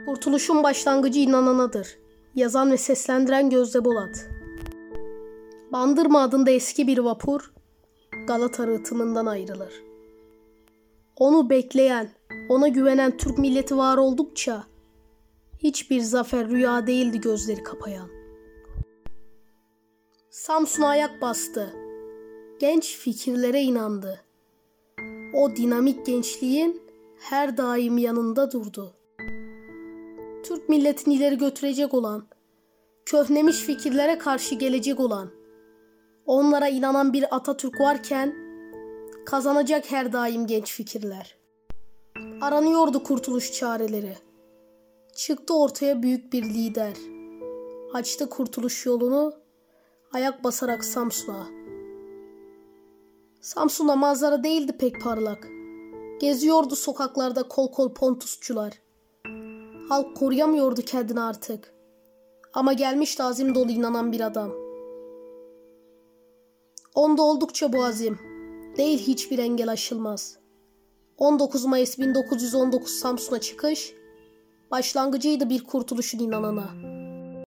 Kurtuluşun başlangıcı inananadır. Yazan ve seslendiren Gözde Bolat. Bandırma adında eski bir vapur Galata rıhtımından ayrılır. Onu bekleyen, ona güvenen Türk milleti var oldukça hiçbir zafer rüya değildi gözleri kapayan. Samsun'a ayak bastı. Genç fikirlere inandı. O dinamik gençliğin her daim yanında durdu. Türk milletini ileri götürecek olan, köhnemiş fikirlere karşı gelecek olan, onlara inanan bir Atatürk varken kazanacak her daim genç fikirler. Aranıyordu kurtuluş çareleri. Çıktı ortaya büyük bir lider. Açtı kurtuluş yolunu ayak basarak Samsun'a. Samsun'da manzara değildi pek parlak. Geziyordu sokaklarda kol kol pontusçular. Halk koruyamıyordu kendini artık. Ama gelmişti azim dolu inanan bir adam. Onda oldukça bu azim. Değil hiçbir engel aşılmaz. 19 Mayıs 1919 Samsun'a çıkış başlangıcıydı bir kurtuluşun inanana.